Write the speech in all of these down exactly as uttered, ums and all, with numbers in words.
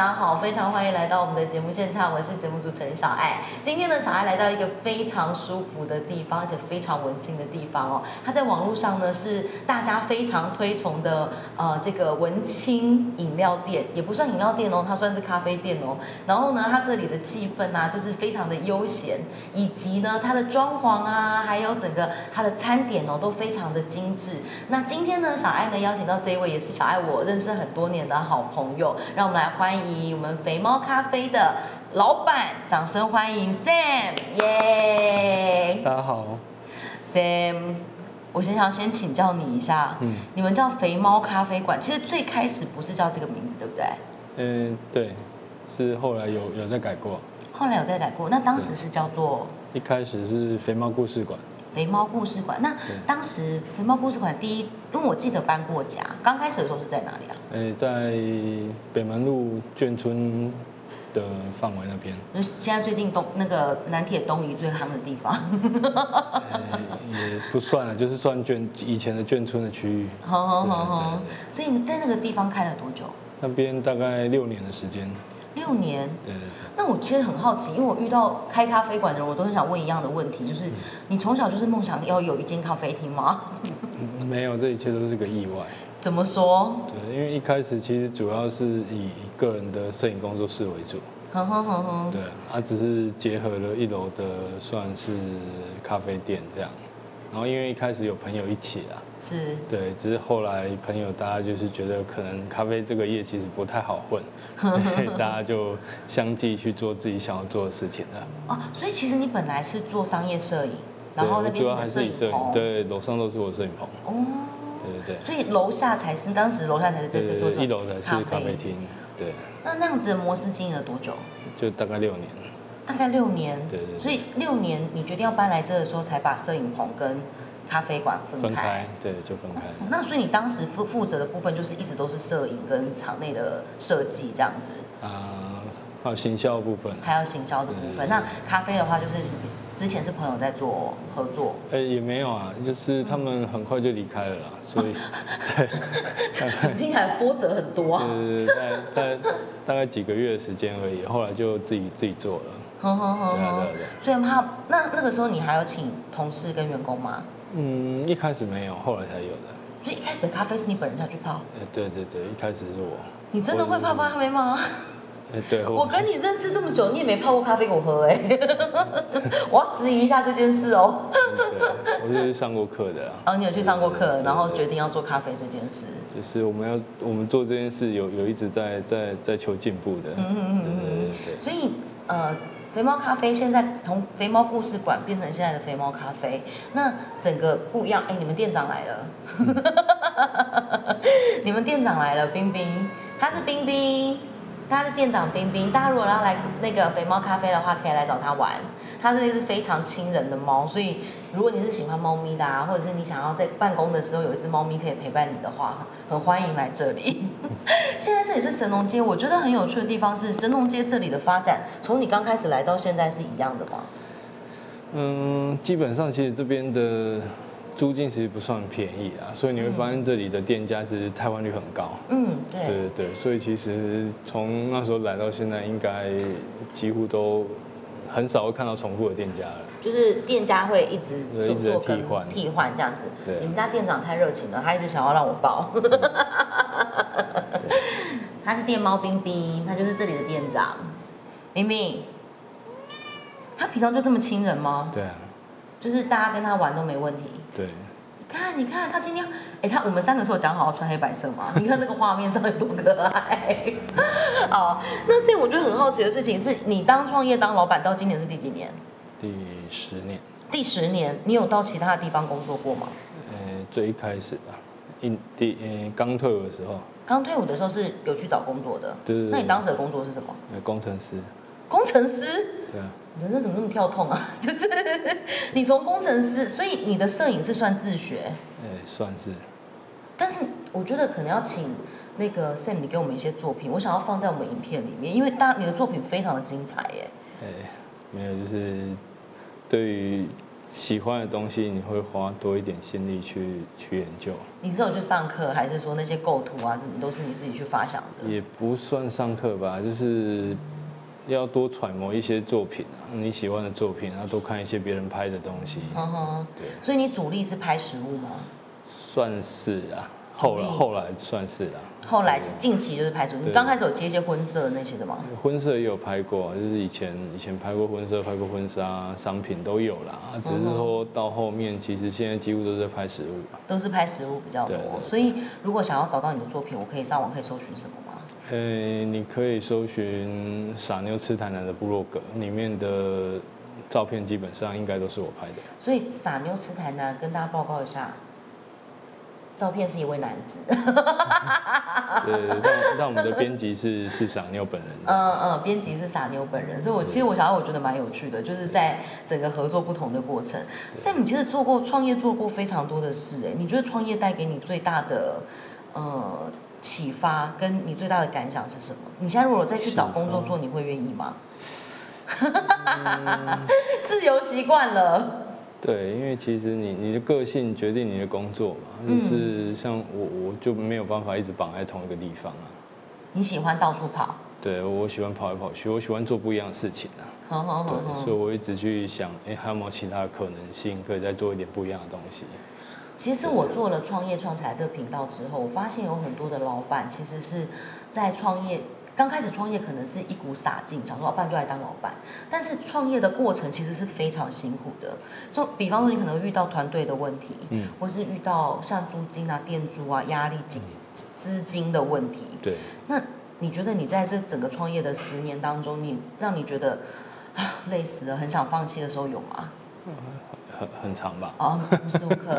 家好，非常欢迎来到我们的节目现场，我是节目主持人小爱。今天呢，小爱来到一个非常舒服的地方，而且非常文青的地方哦。它在网络上呢是大家非常推崇的呃这个文青饮料店，也不算饮料店哦，它算是咖啡店哦。然后呢，它这里的气氛啊，就是非常的悠闲，以及呢它的装潢啊，还有整个它的餐点哦，都非常的精致。那今天呢，小爱呢邀请到这一位也是小爱我认识很多年的好朋友，让我们来欢迎我们肥猫咖啡的老板，掌声欢迎 Sam， 耶！ 大家好 ，Sam， 我先想先请教你一下，嗯，你们叫肥猫咖啡馆，其实最开始不是叫这个名字，对不对？ 嗯，对，是后来有有在改过， 后来有在改过，那当时是叫做一开始是肥猫故事馆。 肥猫故事馆，那当时肥猫故事馆第一，因为我记得搬过家，刚开始的时候是在哪里啊？ 诶，在北门路眷村的范围那边。 就是现在最近东那个南铁东移最夯的地方。 也不算啊，就是算眷以前的眷村的区域。 好好好好，所以你在那个地方开了多久？ 那边大概六年的时间。 六年， 对对对。 那我其实很好奇，因为我遇到开咖啡馆的人，我都很想问一样的问题，就是你从小就是梦想要有一间咖啡厅吗？ 嗯、没有，这一切都是个意外。 怎么说？ 对，因为一开始其实主要是以个人的摄影工作室为主。 哼哼哼哼。 对，啊，只是结合了一楼的算是咖啡店这样。然后因为一开始有朋友一起啦，是，对，只是后来朋友大家就是觉得可能咖啡这个业其实不太好混，所以大家就相继去做自己想要做的事情了。 哦，所以其实你本来是做商业摄影，然后那边是你的摄影棚， 对，楼上都是我的摄影棚。哦，对对对。 所以楼下才是当时楼下才是在这做一楼才是咖啡厅，对。 那那样子的模式经营了多久？ 就大概六年。 大概六年， 对对。 所以六年你决定要搬来这的时候，才把摄影棚跟咖啡馆分开。 分开，对，就分开。 那所以你当时负负责的部分，就是一直都是摄影跟场内的设计这样子。 啊，还有行销的部分。 还有行销的部分。那咖啡的话，就是之前是朋友在做合作。 哎，也没有啊，就是他们很快就离开了啦，所以对。 怎么听起来波折很多啊？ 对对对，大概大概几个月的时间而已，后来就自己自己做了。 呵呵呵，对啊对啊对。所以怕那那个时候你还有请同事跟员工吗？ 嗯，一开始没有，后来才有的。 所以一开始的咖啡是你本人下去泡？ 哎，对对对，一开始是我。 你真的会泡咖啡吗？ 哎，对。 我跟你认识这么久，你也没泡过咖啡给我喝哎。我要质疑一下这件事哦。 对，我是上过课的啦。 哦，你有去上过课，然后决定要做咖啡这件事。 就是我们要我们做这件事有有一直在在在求进步的。嗯嗯嗯嗯嗯。所以呃。肥猫咖啡现在从肥猫故事馆变成现在的肥猫咖啡，那整个不一样。哎，你们店长来了，你们店长来了，冰冰，他是冰冰，他是店长冰冰。大家如果要来那个肥猫咖啡的话，可以来找他玩。它是一只非常亲人的猫，所以如果你是喜欢猫咪的啊，或者是你想要在办公的时候有一只猫咪可以陪伴你的话，很欢迎来这里。现在这里是神农街，我觉得很有趣的地方是神农街这里的发展，从你刚开始来到现在是一样的吗？ 嗯，基本上其实这边的租金其实不算便宜啊，所以你会发现这里的店家其实汰换率很高。嗯，对对对对，所以其实从那时候来到现在，应该几乎都很少会看到重复的店家了。 就是店家会一直一直替换替换这样子。你们家店长太热情了，他一直想要让我报。他是店猫冰冰，他就是这里的店长。冰冰，他平常就这么亲人吗？ 对啊。 就是大家跟他玩都没问题。 对。 你看，你看他今天，哎，他我们三个是有讲好要穿黑白色吗？你看那个画面上有多可爱。哦，那所以我觉得很好奇的事情是，你当创业当老板到今年是第几年？ 第十年。 第十年，你有到其他的地方工作过吗？ 呃，最一开始吧，一第呃刚退伍的时候。 刚退伍的时候是有去找工作的。 对对对。 那你当时的工作是什么？ 呃，工程师。 工程师？ 对啊。 人生怎么那么跳痛啊？就是你从工程师，所以你的摄影是算自学？ 哎，算是。 但是我觉得可能要请那个 Sam 你给我们一些作品，我想要放在我们影片里面，因为大你的作品非常的精彩耶。 哎，没有，就是对于喜欢的东西，你会花多一点心力去去研究。 你是有去上课，还是说那些构图啊什么都是你自己去发想的？ 也不算上课吧，就是要多揣摩一些作品啊，你喜欢的作品，然后多看一些别人拍的东西。 嗯哼，对。所以你主力是拍实物吗？ 算是啊。后来后来算是啦， 后来近期就是拍出，你刚开始有接一些婚摄那些的吗？ 婚摄也有拍过，就是以前以前拍过婚摄，拍过婚纱商品都有啦，只是说到后面，其实现在几乎都是在拍实物， 都是拍实物比较多。所以如果想要找到你的作品，我可以上网可以搜寻什么吗？ 呃，你可以搜寻傻妞吃台南的部落格，里面的照片基本上应该都是我拍的。 所以傻妞吃台南跟大家报告一下。照片是一位男子， 对，但但我们的编辑是是傻妞本人。 嗯嗯，编辑是傻妞本人，所以我其实我想要我觉得蛮有趣的，就是在整个合作不同的过程。Sam 其实做过创业，做过非常多的事，哎，你觉得创业带给你最大的呃启发，跟你最大的感想是什么？你现在如果再去找工作做，你会愿意吗？嗯、自由习惯了。 对，因为其实你你的个性决定你的工作嘛，就是像我我就没有办法一直绑在同一个地方啊。 你喜欢到处跑？ 对，我喜欢跑来跑去，我喜欢做不一样的事情啊。 好好好。 对，所以我一直去想，哎，还有没有其他的可能性，可以再做一点不一样的东西。 其实我做了创业创起来这个频道之后，我发现有很多的老板其实是在创业。刚开始创业可能是一股傻劲，想说老板就来当老板，但是创业的过程其实是非常辛苦的。就比方说你可能遇到团队的问题，嗯，或是遇到像租金啊、店租啊、压力、资资金的问题。 对。 那你觉得你在这整个创业的十年当中，你让你觉得啊累死了，很想放弃的时候有吗？ 嗯、很很长吧。 哦，无时无刻。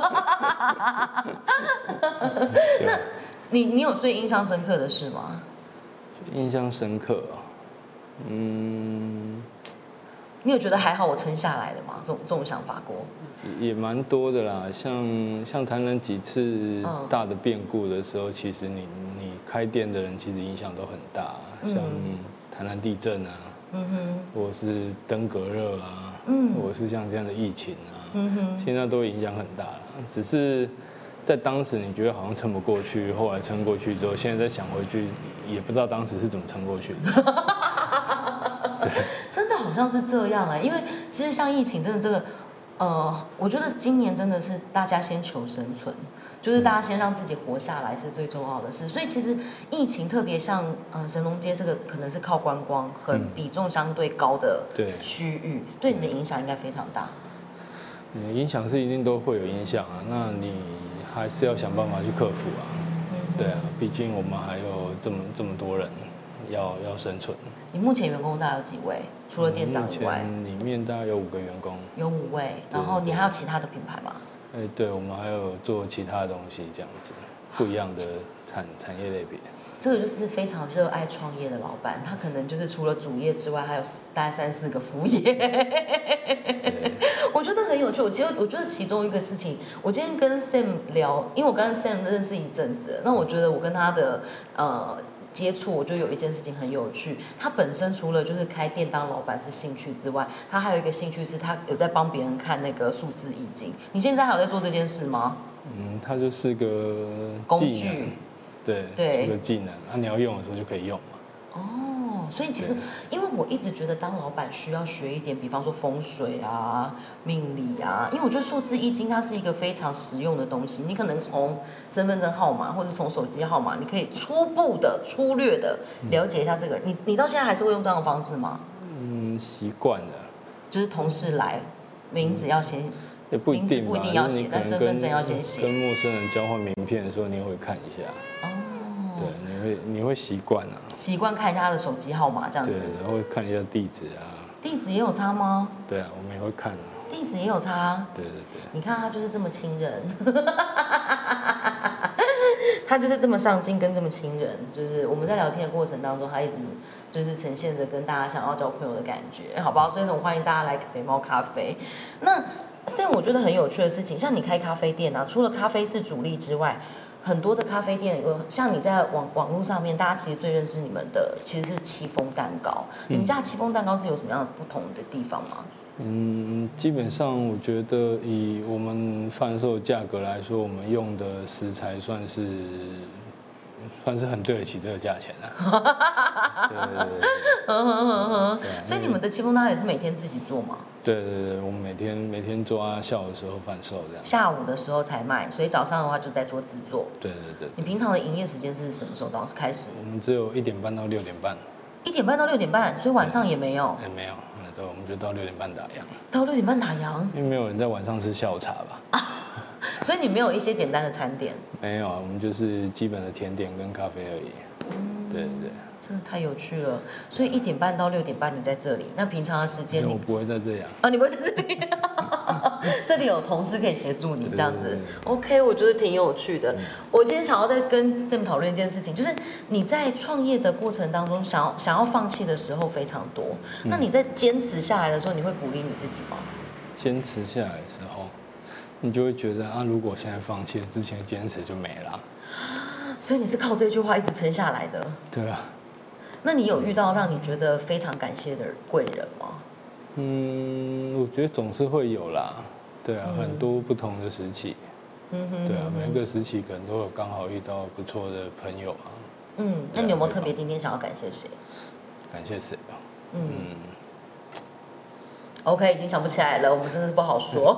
那你你有最印象深刻的事吗？ 印象深刻啊，嗯， 你有觉得还好我撑下来了吗？这种这种想法过？ 也蛮多的啦，像像谈了几次大的变故的时候，嗯、其实你你开店的人其实影响都很大，嗯、像台南地震啊，嗯哼，或者是登革热啊，嗯，或者是像这样的疫情啊，嗯哼，现在都影响很大了，只是。在当时你觉得好像撑不过去，后来撑过去之后，现在再想回去，也不知道当时是怎么撑过去的。对， 真的好像是这样哎、欸，因为其实像疫情，真的这个，呃，我觉得今年真的是大家先求生存，就是大家先让自己活下来是最重要的事。所以其实疫情特别像呃神农街这个，可能是靠观光很比重相对高的区域，对, 对你的影响应该非常大。 嗯，影响是一定都会有影响啊，那你。还是要想办法去克服啊，对啊，毕竟我们还有这么这么多人要要生存。 你目前员工大概有几位？除了店长以外， 里面大概有五个员工。 有五位，然后你还有其他的品牌吗？ 哎，对，我们还有做其他的东西，这样子不一样的产产业类别。 这个就是非常热爱创业的老板，他可能就是除了主业之外，还有大概三四个副业。我觉得很有趣。我其实我觉得其中一个事情，我今天跟 Sam 聊，因为我跟 Sam 认识一阵子了，那我觉得我跟他的呃接触，我觉得有一件事情很有趣。他本身除了就是开店当老板是兴趣之外，他还有一个兴趣是他有在帮别人看那个数字易经。你现在还有在做这件事吗？ 嗯，它就是个工具。 对，对，这个技能，啊，你要用的时候就可以用嘛。 哦，所以其实，因为我一直觉得当老板需要学一点，比方说风水啊、命理啊，因为我觉得数字易经它是一个非常实用的东西。你可能从身份证号码或者从手机号码，你可以初步的、粗略的了解一下这个人。你你到现在还是会用这样的方式吗？ 嗯，习惯了。 就是同事来，名字要先。 也不一定吧， 名字不一定要写，但身份证要先写。 跟陌生人交换名片的时候，你也会看一下。哦。对，你会你会习惯啊。 习惯看一下他的手机号码这样子。 对，然后看一下地址啊。 地址也有差吗？ 对啊，我们也会看啊。 地址也有差。 对对对。 你看他就是这么亲人。他就是这么上进跟这么亲人，就是我们在聊天的过程当中，他一直就是呈现着跟大家想要交朋友的感觉，好不好？所以很欢迎大家来肥猫咖啡。那但我觉得很有趣的事情，像你开咖啡店啊，除了咖啡是主力之外，很多的咖啡店有像你在网网络上面，大家其实最认识你们的其实是戚风蛋糕。嗯、你们家戚风蛋糕是有什么样的不同的地方吗？ 嗯，基本上我觉得以我们贩售价格来说，我们用的食材算是算是很对得起这个价钱啊。对对对。 嗯哼哼哼。所以你们的戚风汤也是每天自己做吗？ 对对对，我们每天每天做啊，下午的时候贩售这样。 下午的时候才卖，所以早上的话就在做制作。 对对对。 你平常的营业时间是什么时候到开始？ 我们只有一点半到六点半。 一点半到六点半，所以晚上也没有。 也没有。对，我们就到六点半打烊。 到六点半打烊， 因为没有人在晚上吃下午茶吧？ 啊，所以你没有一些简单的餐点？ 没有啊，我们就是基本的甜点跟咖啡而已。嗯，对对。 真的太有趣了。所以一点半到六点半你在这里，那平常的时间我不会在这样。 啊，你不会在这里？这里有同事可以协助你这样子。对对对 OK， 我觉得挺有趣的。我今天想要再跟 Sam 讨论一件事情，就是你在创业的过程当中，想要想要放弃的时候非常多。嗯、那你在坚持下来的时候，你会鼓励你自己吗？ 坚持下来的时候，你就会觉得啊，如果现在放弃了，之前坚持就没了。 所以你是靠这句话一直撑下来的。 对啊。 那你有遇到让你觉得非常感谢的贵人吗？ 嗯，我觉得总是会有啦。对啊，嗯、很多不同的时期。嗯哼。对啊，每个时期可能都有刚好遇到不错的朋友啊。 嗯，那你有没有特别今天想要感谢谁？ 感谢谁啊？嗯。嗯 OK， 已经想不起来了，我们真的是不好说。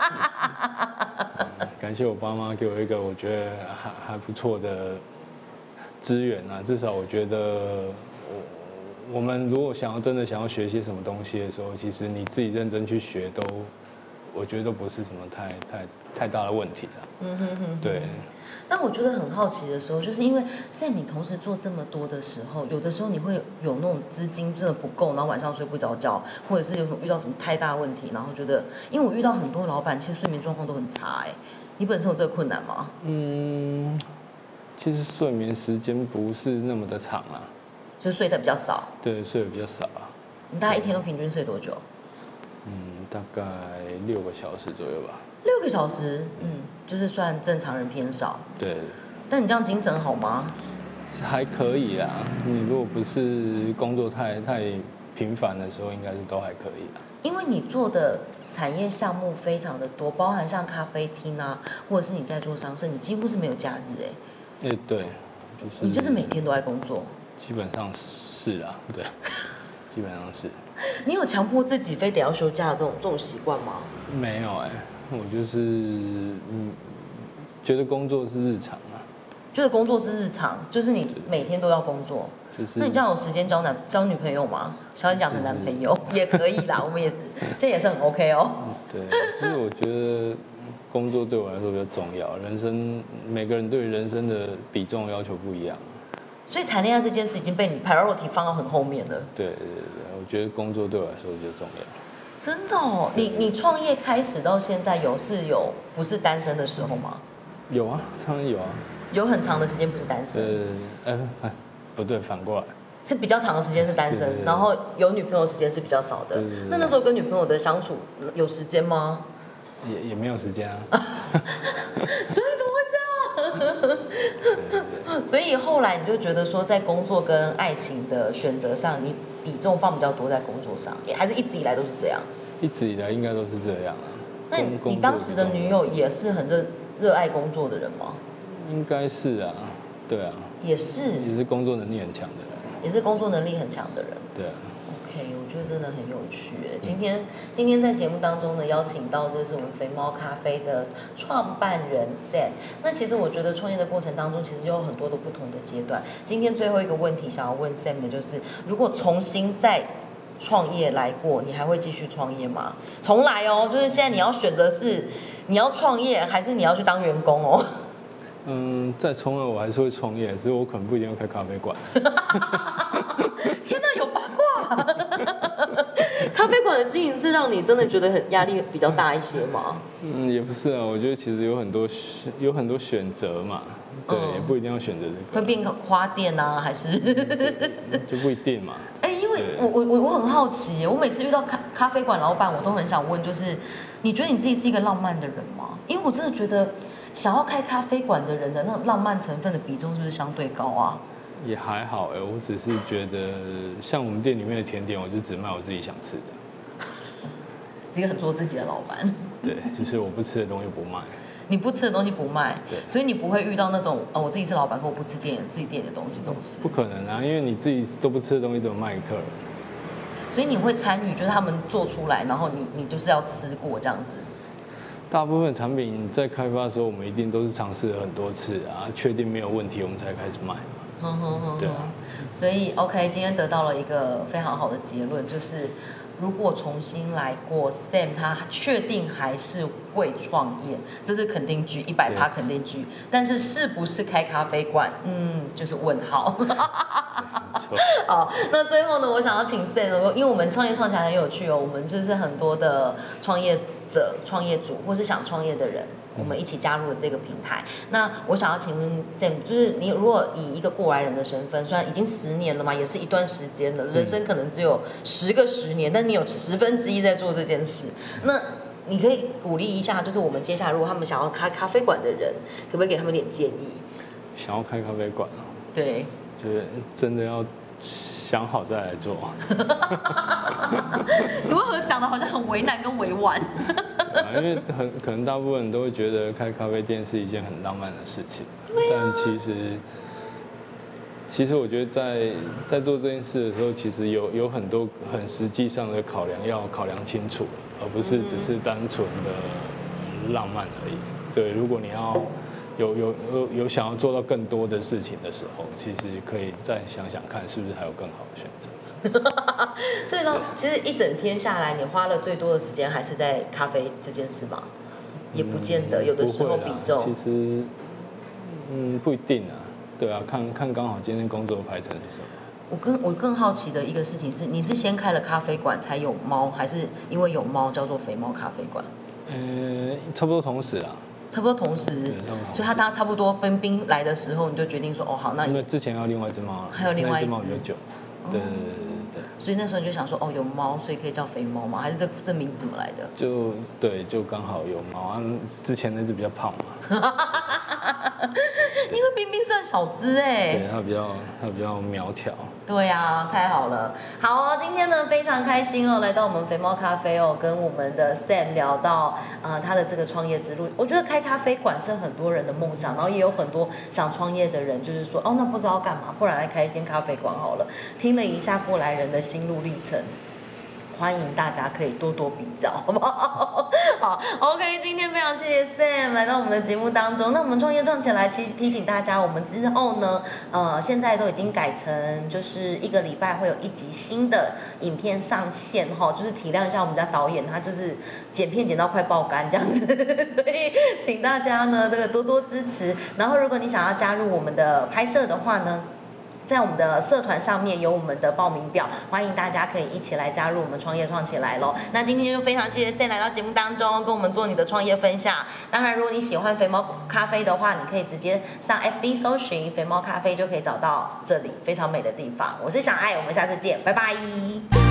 嗯、感谢我爸妈给我一个我觉得还还不错的资源啊，至少我觉得我我们如果想要真的想要学些什么东西的时候，其实你自己认真去学都，我觉得都不是什么太太太大的问题了。嗯哼哼。对。 但我觉得很好奇的时候，就是因为 Sam 你同时做这么多的时候，有的时候你会有那种资金真的不够，然后晚上睡不着觉，或者是有遇到什么太大问题，然后觉得，因为我遇到很多老板，其实睡眠状况都很差，哎，你本身有这个困难吗？ 嗯，其实睡眠时间不是那么的长啊， 就睡得比较少。 对，睡得比较少啊。 你大概一天都平均睡多久？ 嗯，大概六个小时左右吧。 六个小时，嗯，就是算正常人偏少。 对。 但你这样精神好吗？ 还可以啦。你如果不是工作太太频繁的时候，应该是都还可以啦。 因为你做的产业项目非常的多，包含像咖啡厅啊，或者是你在做商社，你几乎是没有假日哎。 哎，对，就是。 你就是每天都在工作。基本上是啊，对，基本上是。 你有强迫自己非得要休假的这种这种习惯吗？ 没有哎、欸。我就是嗯，觉得工作是日常啊， 觉得工作是日常，就是你每天都要工作。就是。那你这样有时间交男交女朋友吗？小你讲的男朋友也可以啦，我们也现在也是很 OK 哦。 对，因为我觉得工作对我来说比较重要，人生每个人对人生的比重要求不一样。 所以谈恋爱这件事已经被你 priority 放到很后面了。 对对对，我觉得工作对我来说比较重要。 真的哦，你你创业开始到现在有是有不是单身的时候吗？ 有啊，当然有啊。 有很长的时间不是单身。 呃，哎，不对，反过来。 是比较长的时间是单身，然后有女朋友的时间是比较少的。对对对。那那时候跟女朋友的相处有时间吗？ 也也没有时间啊。 所以怎么会这样？对对对。所以后来你就觉得说，在工作跟爱情的选择上，你比重放比较多在工作上，也还是一直以来都是这样。 一直以来应该都是这样啊。 那你你当时的女友也是很热热爱工作的人吗？ 应该是啊，对啊。 也是。 也是工作能力很强的人。 也是工作能力很强的人。 对啊。 OK， 我觉得真的很有趣哎。今天今天在节目当中呢，邀请到这是我们肥猫咖啡的创办人 Sam。那其实我觉得创业的过程当中，其实就有很多的不同的阶段。今天最后一个问题想要问 Sam 的就是，如果重新再创业来过，你还会继续创业吗？重来哦，就是现在你要选择是你要创业，还是你要去当员工哦？ 嗯，再重来我还是会创业，只是我可能不一定要开咖啡馆。 天哪，有八卦！咖啡馆的经营是让你真的觉得很压力比较大一些吗？ 嗯，也不是啊，我觉得其实有很多有很多选择嘛，对，嗯、也不一定要选择这个。 会变花店啊，还是？ 嗯、就不一定嘛。 哎、欸，因为我我我我很好奇，我每次遇到咖咖啡馆老板，我都很想问，就是你觉得你自己是一个浪漫的人吗？因为我真的觉得。想要开咖啡馆的人的那种浪漫成分的比重是不是相对高啊？ 也还好哎，我只是觉得像我们店里面的甜点，我就只卖我自己想吃的。 是一个很做自己的老板。 对，就是我不吃的东西不卖。 你不吃的东西不卖， 对， 所以你不会遇到那种哦，我自己是老板，可我不吃店自己店里的东西东西。 不可能啊，因为你自己都不吃的东西怎么卖给客人？ 所以你会参与，就是他们做出来，然后你你就是要吃过这样子。 大部分产品在开发的时候，我们一定都是尝试了很多次啊，确定没有问题，我们才开始卖。 哼哼哼， 对啊。 所以 OK， 今天得到了一个非常好的结论，就是如果重新来过 ，Sam 他确定还是会创业，这是肯定句，一百趴肯定句。但是是不是开咖啡馆，嗯，就是问号。好，那最后呢，我想要请 Sam， 因为我们创业创起来很有趣哦，我们就是很多的创业者、创业主或是想创业的人。我们一起加入了这个平台。那我想要请问 Sam， 就是你如果以一个过来人的身份，虽然已经十年了嘛，也是一段时间了，人生可能只有十个十年，但你有十分之一在做这件事。那你可以鼓励一下，就是我们接下来如果他们想要开咖啡馆的人，可不可以给他们点建议？ 想要开咖啡馆啊？ 对， 就是真的要想好再来做。 如何讲的好像很为难跟委婉？ 啊、因为很可能大部分人都会觉得开咖啡店是一件很浪漫的事情， 对啊、 但其实，其实我觉得在在做这件事的时候，其实有有很多很实际上的考量要考量清楚，而不是只是单纯的浪漫而已。对，如果你要有有有有想要做到更多的事情的时候，其实可以再想想看，是不是还有更好的选择。 所以呢，其实一整天下来，你花了最多的时间还是在咖啡这件事吗？也不见得，有的时候比重。 其实，嗯，不一定啊。对啊，看看刚好今天工作的排程是什么。 我更我更好奇的一个事情是，你是先开了咖啡馆才有猫，还是因为有猫叫做肥猫咖啡馆？ 呃，差不多同时啊。 差不多同时，所以他当差不多奔冰来的时候，你就决定说，哦，好，那因为之前要另外一只猫， 还有另外一只猫比较久。对对对对。 所以那时候你就想说，哦，有猫，所以可以叫肥猫吗？还是这这名字怎么来的？ 就对，就刚好有猫啊。之前那只比较胖嘛。 因为冰冰算小只哎， 对，它比较它比较苗条。 对呀、啊，太好了。好哦，今天呢非常开心哦，来到我们肥猫咖啡哦，跟我们的 Sam 聊到呃他的这个创业之路。我觉得开咖啡馆是很多人的梦想，然后也有很多想创业的人，就是说哦，那不知道干嘛，不然来开一间咖啡馆好了。听了一下过来人的心路历程。欢迎大家可以多多比较，好不好？好 ，OK， 今天非常谢谢 Sam 来到我们的节目当中。那我们创业创起来，其实提醒大家，我们之后呢，呃，现在都已经改成就是一个礼拜会有一集新的影片上线哈，就是体谅一下我们家导演，他就是剪片剪到快爆肝这样子，所以请大家呢这个多多支持。然后如果你想要加入我们的拍摄的话呢，在我们的社团上面有我们的报名表，欢迎大家可以一起来加入我们创业创起来咯。那今天就非常谢谢 Sam 来到节目当中，跟我们做你的创业分享。当然，如果你喜欢肥猫咖啡的话，你可以直接上 F B 搜寻肥猫咖啡，就可以找到这里非常美的地方。我是小爱，我们下次见，拜拜。